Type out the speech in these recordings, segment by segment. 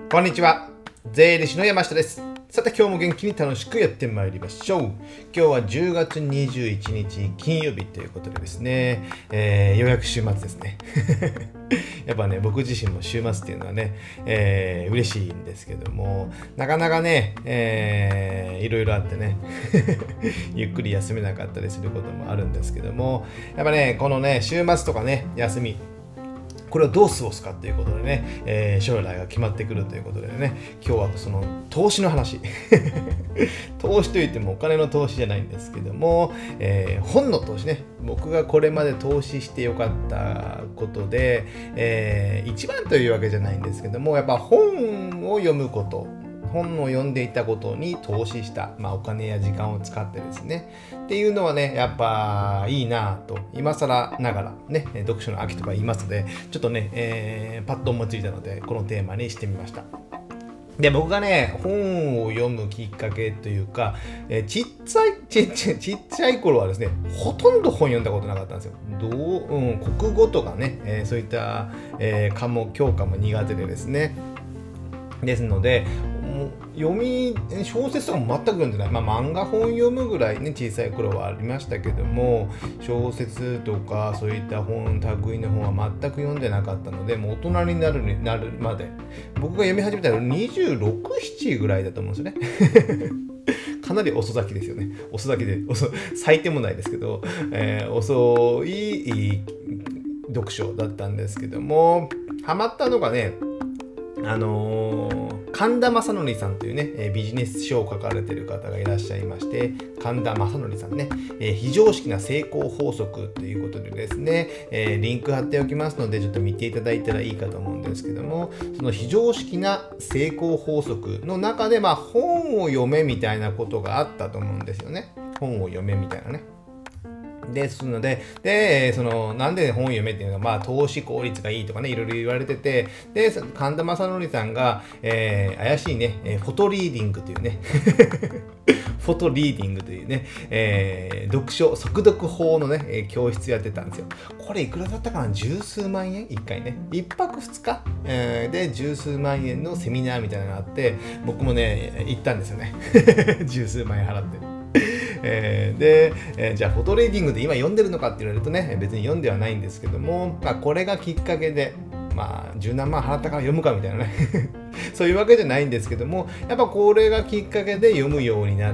こんにちは。税理士の山下です。さて今日も元気に楽しくやってまいりましょう。今日は10月21日金曜日ということでですね、ようやく週末ですね。やっぱね、僕自身も週末っていうのはね、嬉しいんですけども、なかなかね、いろいろあってね、ゆっくり休めなかったりすることもあるんですけども、やっぱね、このね、週末とかね、休み、これをどう過ごすかということでね、将来が決まってくるということでね、今日はその投資の話投資といってもお金の投資じゃないんですけども、本の投資ね。僕がこれまで投資してよかったことで、一番というわけじゃないんですけども、やっぱ本を読むこと、本を読んでいたことに投資した、お金や時間を使ってですねっていうのはね、やっぱいいなぁと今更ながらね、読書の秋とか言いますので、ちょっとね、パッと思いついたのでこのテーマにしてみました。で、僕がね、本を読むきっかけというか、ちっちゃい頃はですね、ほとんど本読んだことなかったんですよ。国語とかね、そういった、教科も苦手でですね。ですので、小説とかも全く読んでない。漫画本読むぐらいね、小さい頃はありましたけども、小説とかそういった類の本は全く読んでなかったので、もう大人になるまで、僕が読み始めたのは26、7ぐらいだと思うんですよね。かなり遅咲きですよね。遅咲きで、咲いてもないですけど、遅い読書だったんですけども、ハマったのがね、神田正則さんというね、ビジネス書を書かれている方がいらっしゃいまして、神田正則さんね、非常識な成功法則ということでですね、リンク貼っておきますので、ちょっと見ていただいたらいいかと思うんですけども、その非常識な成功法則の中で、本を読めみたいなことがあったと思うんですよね。本を読めみたいなね。ですので、なんで本を読めっていうのは、投資効率がいいとかね、いろいろ言われてて、で、神田正則さんが、怪しいね、フォトリーディングというね、フォトリーディングというね、速読法のね、教室やってたんですよ。これいくらだったかな？十数万円？一回ね。一泊二日、で、十数万円のセミナーみたいなのがあって、僕もね、行ったんですよね。十数万円払って。じゃあフォトレーディングで今読んでるのかって言われるとね、別に読んではないんですけども、これがきっかけで、十何万払ったから読むかみたいなねそういうわけじゃないんですけども、やっぱこれがきっかけで読むようになって、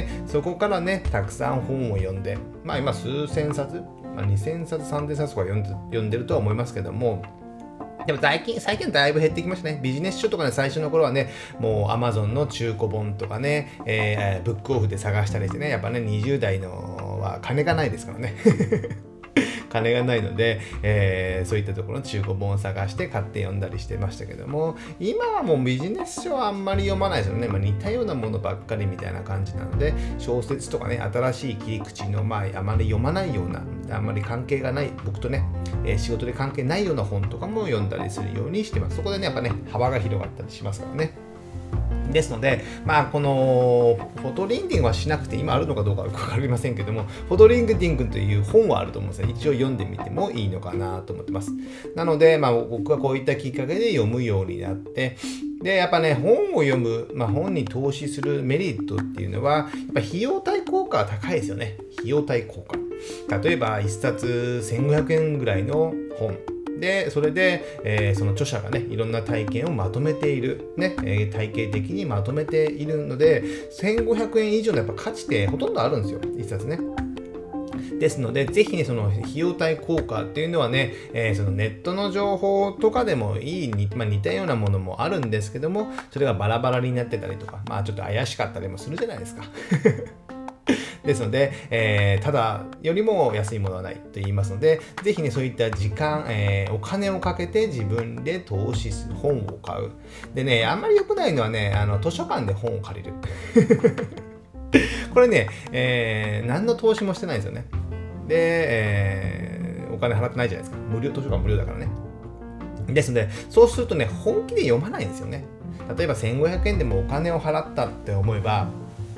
そこからね、たくさん本を読んで、今数千冊、2000冊3000冊とか読んでるとは思いますけども、でも最近だいぶ減ってきましたね。ビジネス書とかね、最初の頃はね、もう Amazon の中古本とかね、ブックオフで探したりしてね、やっぱね、20代のは金がないですからね。金がないので、そういったところの中古本を探して買って読んだりしてましたけども、今はもうビジネス書はあんまり読まないですよね。似たようなものばっかりみたいな感じなので、小説とかね、新しい切り口の、あまり読まないような、あんまり関係がない、僕とね、仕事で関係ないような本とかも読んだりするようにしてます。そこでね、やっぱね、幅が広がったりしますからね。ですので、このフォトリーディングはしなくて今あるのかどうかは分かりませんけども、フォトリーディングという本はあると思うんですよ。一応読んでみてもいいのかなと思ってます。なので、僕はこういったきっかけで読むようになって、で、やっぱね、本を読む、本に投資するメリットっていうのは、やっぱ費用対効果は高いですよね。費用対効果。例えば、1冊1500円ぐらいの本。で、それで、その著者がね、いろんな体験をまとめている、ね、体系的にまとめているので、1500円以上のやっぱ価値ってほとんどあるんですよ、一冊ね。ですので、ぜひね、その費用対効果っていうのはね、そのネットの情報とかでもいい、似たようなものもあるんですけども、それがバラバラになってたりとか、ちょっと怪しかったりもするじゃないですか。ですので、ただよりも安いものはないと言いますので、ぜひね、そういった時間、お金をかけて自分で投資する、本を買う。でね、あんまり良くないのはね、図書館で本を借りる。これね、何の投資もしてないんですよね。で、お金払ってないじゃないですか。図書館無料だからね。ですので、そうするとね、本気で読まないんですよね。例えば1500円でもお金を払ったって思えば、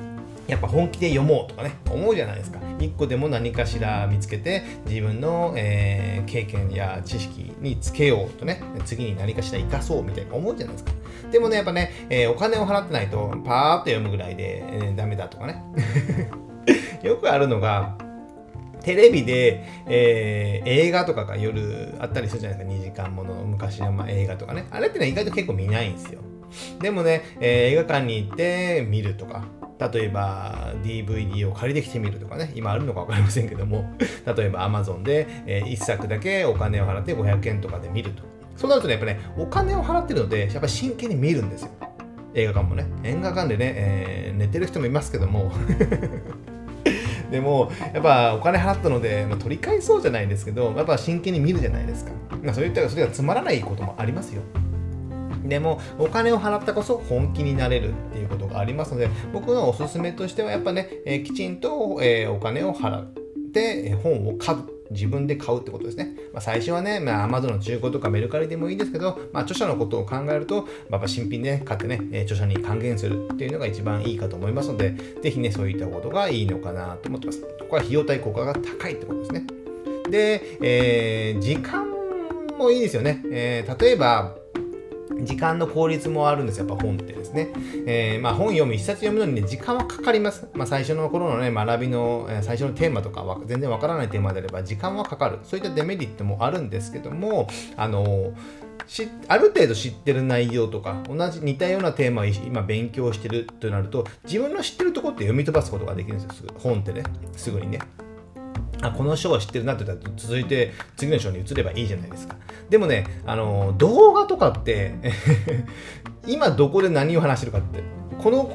やっぱ本気で読もうとかね思うじゃないですか。一個でも何かしら見つけて自分の、経験や知識につけようとね、次に何かしら生かそうみたいな思うじゃないですか。でもねやっぱね、お金を払ってないとパーッと読むぐらいで、ダメだとかねよくあるのがテレビで、映画とかが夜あったりするじゃないですか。2時間もの昔の映画とかね、あれってね意外と結構見ないんですよ。でもね、映画館に行って見るとか、例えば DVD を借りてきてみるとかね、今あるのか分かりませんけども、例えば Amazon で、1作だけお金を払って500円とかで見ると。そうなるとね、やっぱね、お金を払ってるので、やっぱ真剣に見るんですよ。映画館もね。映画館でね、寝てる人もいますけども、でも、やっぱお金払ったので、取り返そうじゃないですけど、やっぱ真剣に見るじゃないですか。そういったらそれがつまらないこともありますよ。でもお金を払ったこそ本気になれるっていうことがありますので、僕のおすすめとしてはやっぱね、きちんと、お金を払って本を買う。自分で買うってことですね。最初はね、Amazon の中古とかメルカリでもいいですけど、著者のことを考えると、やっぱ新品で、ね、買ってね、著者に還元するっていうのが一番いいかと思いますので、ぜひね、そういったことがいいのかなと思ってます。ここは費用対効果が高いってことですね。で、時間もいいですよね。例えば、時間の効率もあるんですよ、やっぱ本ってですね。本読む、一冊読むのにね、時間はかかります。最初の頃のね、学びの、最初のテーマとかは全然わからないテーマであれば、時間はかかる。そういったデメリットもあるんですけども、ある程度知ってる内容とか、似たようなテーマを今勉強してるとなると、自分の知ってるところって読み飛ばすことができるんですよ、本ってね、すぐにね。この章は知ってるなって言ったら続いて次の章に移ればいいじゃないですか。でもね、動画とかって今どこで何を話してるかってこの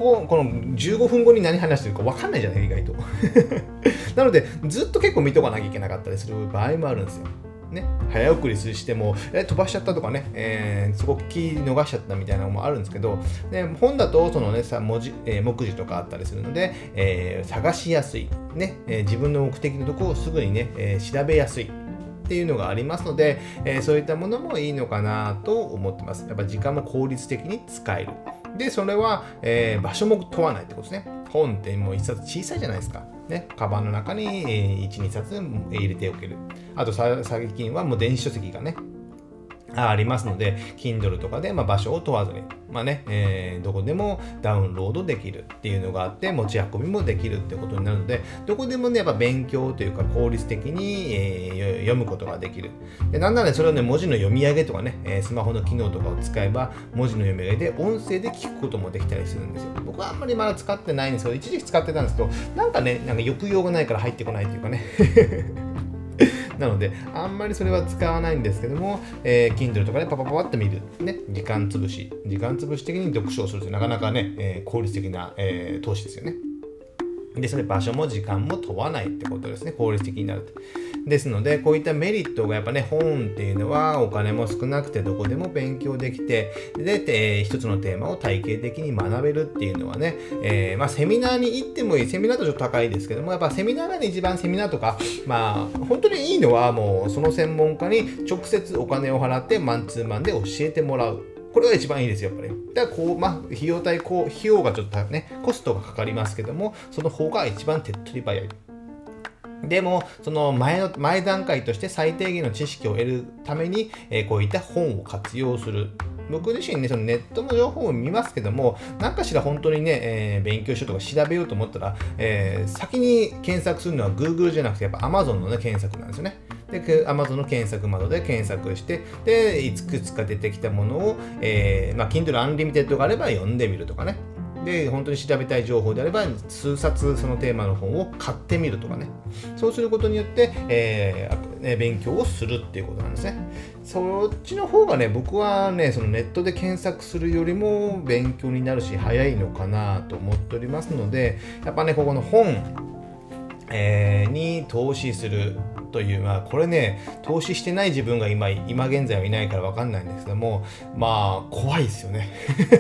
15分後に何話してるか分かんないじゃない、意外となのでずっと結構見とかなきゃいけなかったりする場合もあるんですよね。早送りしても飛ばしちゃったとかね、すごく聞き逃しちゃったみたいなのもあるんですけど、本だとそのね目次とかあったりするので、探しやすい、ね自分の目的のところをすぐにね、調べやすいっていうのがありますので、そういったものもいいのかなと思ってます。やっぱ時間も効率的に使える。でそれは、場所も問わないってことですね。本ってもう一冊小さいじゃないですか。ね、カバンの中に1、2冊入れておける。あと最近はもう電子書籍がね、ありますので、Kindle とかで、場所を問わずに、どこでもダウンロードできるっていうのがあって、持ち運びもできるってことになるので、どこでもね、やっぱ勉強というか効率的に、読むことができる。でなんならね、それをね、文字の読み上げとかね、スマホの機能とかを使えば、文字の読み上げで音声で聞くこともできたりするんですよ。僕はあんまりまだ使ってないんですけど、一時期使ってたんですけど、なんか抑揚がないから入ってこないというかね。なので、あんまりそれは使わないんですけども、Kindle とかでパパパパって見る、ね、時間潰し的に読書をするとなかなかね、効率的な、投資ですよね。で、それ場所も時間も問わないってことですね。効率的になると。ですので、こういったメリットがやっぱね、本っていうのはお金も少なくてどこでも勉強できて、で、一つのテーマを体系的に学べるっていうのはね、セミナーに行ってもいい。セミナーとちょっと高いですけども、やっぱセミナーがね、一番セミナーとか、本当にいいのはもうその専門家に直接お金を払ってマンツーマンで教えてもらう。これが一番いいですよ、やっぱり。だから費用がちょっとね、コストがかかりますけども、その方が一番手っ取り早い。でも、その前段階として最低限の知識を得るために、こういった本を活用する。僕自身ね、そのネットの情報を見ますけども、何かしら本当にね、勉強書とか調べようと思ったら、先に検索するのは Google じゃなくて、やっぱ Amazon のね、検索なんですよね。で、Amazon の検索窓で検索して、で、いくつか出てきたものを、Kindle Unlimited があれば読んでみるとかね。で、本当に調べたい情報であれば、数冊そのテーマの本を買ってみるとかね。そうすることによって、勉強をするっていうことなんですね。そっちの方がね、僕はね、そのネットで検索するよりも勉強になるし、早いのかなと思っておりますので、やっぱね、ここの本、に投資するという、これね、投資してない自分が今現在はいないから分かんないんですけども、怖いですよね。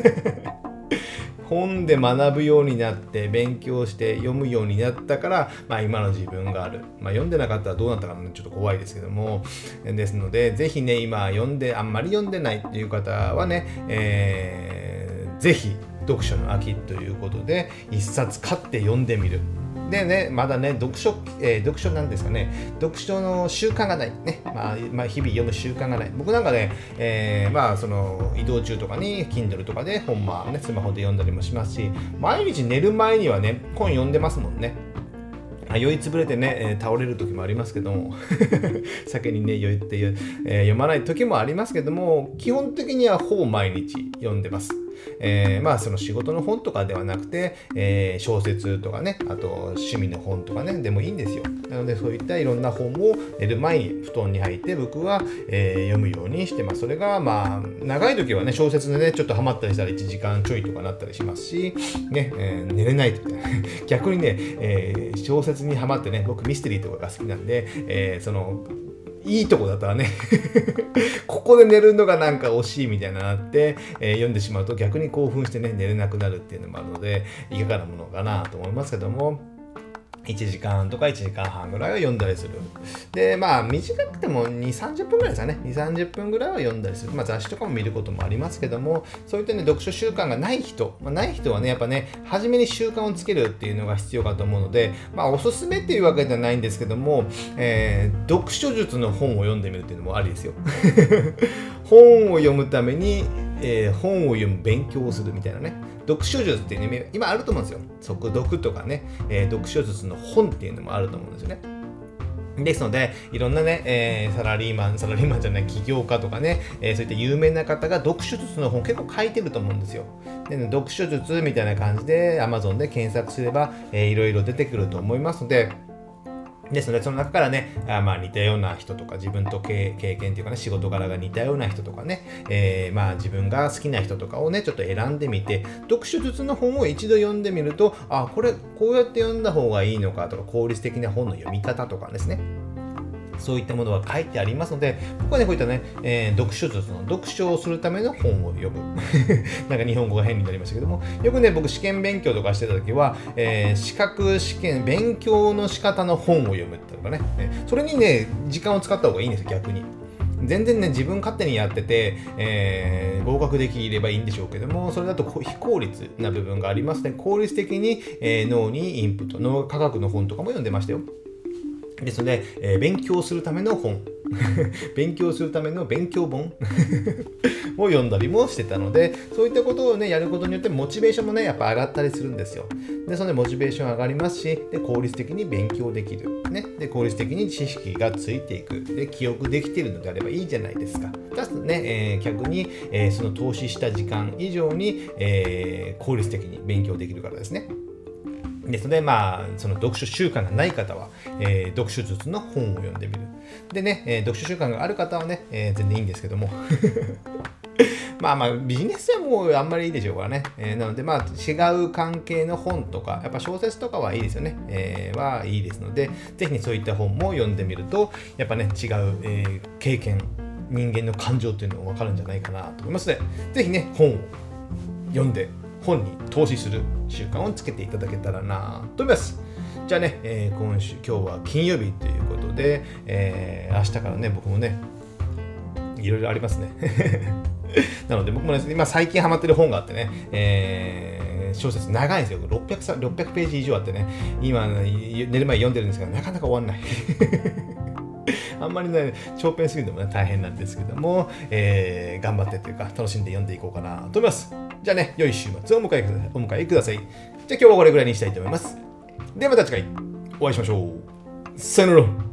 本で学ぶようになって勉強して読むようになったから、今の自分がある。読んでなかったらどうなったかちょっと怖いですけども、ですので、ぜひね、今あんまり読んでないっていう方はね、ぜひ読書の秋ということで一冊買って読んでみる。でね、まだね、読書なんですかね、読書の習慣がない。ね、日々読む習慣がない。僕なんかね、その移動中とかに Kindle とかで本、スマホで読んだりもしますし、毎日寝る前にはね、本読んでますもんね。酔いつぶれてね、倒れる時もありますけども酒にね酔って、読まない時もありますけども、基本的にはほぼ毎日読んでます。その仕事の本とかではなくて、小説とかね、あと趣味の本とかねでもいいんですよ。なのでそういったいろんな本を寝る前に布団に入って僕は、読むようにしてます。それが長い時はね小説でねちょっとハマったりしたら1時間ちょいとかなったりしますしね、寝れない時逆にね、小説にハマってね、僕ミステリーとかが好きなんで、いいとこだったらねここで寝るのがなんか惜しいみたいななって、読んでしまうと逆に興奮してね寝れなくなるっていうのもあるので、いかがなものかなと思いますけども、1時間とか1時間半ぐらいは読んだりする。で、短くても2、30分ぐらいですかね。2、30分ぐらいは読んだりする。雑誌とかも見ることもありますけども、そういったね、読書習慣がない人、ない人はね、やっぱね、初めに習慣をつけるっていうのが必要かと思うので、おすすめっていうわけではないんですけども、読書術の本を読んでみるっていうのもありですよ。本を読むために、本を読む勉強をするみたいなね、読書術っていうね、今あると思うんですよ。速読とかね、読書術の本っていうのもあると思うんですよね。ですので、いろんなね、サラリーマンじゃない、起業家とかね、そういった有名な方が読書術の本結構書いてると思うんですよ。で、ね、読書術みたいな感じで Amazon で検索すれば、いろいろ出てくると思いますので、ですので、その中からね、似たような人とか、自分と経験というかね、仕事柄が似たような人とかね、自分が好きな人とかをね、ちょっと選んでみて、読書術の本を一度読んでみると、これ、こうやって読んだ方がいいのかとか、効率的な本の読み方とかですね。そういったものが書いてありますので、僕はね、こういったね、読書術の読書をするための本を読む。なんか日本語が変になりましたけども、よくね、僕試験勉強とかしてた時は、資格試験、勉強の仕方の本を読むとかね、それにね、時間を使った方がいいんですよ、逆に。全然ね、自分勝手にやってて、合格できればいいんでしょうけども、それだと非効率な部分がありますね。効率的に、脳にインプット、脳科学の本とかも読んでましたよ。ですので、勉強するための本勉強するための勉強本を読んだりもしてたので、そういったことをねやることによってモチベーションもねやっぱ上がったりするんですよ。で、そのモチベーション上がりますし、で効率的に勉強できるね、で効率的に知識がついていく、で記憶できているのであればいいじゃないですか。かつね、逆に、その投資した時間以上に、効率的に勉強できるからですね。ですので、その読書習慣がない方は、読書術の本を読んでみる。でね、読書習慣がある方はね、全然いいんですけども。ビジネスはもうあんまりいいでしょうからね。なので、違う関係の本とか、やっぱ小説とかはいいですよね。はいいですので、ぜひね、そういった本も読んでみると、やっぱね、違う、経験、人間の感情っていうのが分かるんじゃないかなと思いますので、ぜひね、本を読んで、本に投資する習慣をつけていただけたらなと思います。じゃあね、今日は金曜日ということで、明日からね、僕もね、いろいろありますね。なので僕もね、今最近ハマってる本があってね、小説長いんですよ。600ページ以上あってね、今、寝る前読んでるんですが、なかなか終わんない。あんまりね、長編すぎるのもね、大変なんですけども、頑張ってというか、楽しんで読んでいこうかなと思います。じゃあね、良い週末をお迎えください。じゃあ今日はこれぐらいにしたいと思います。ではまた次回お会いしましょう。さよなら。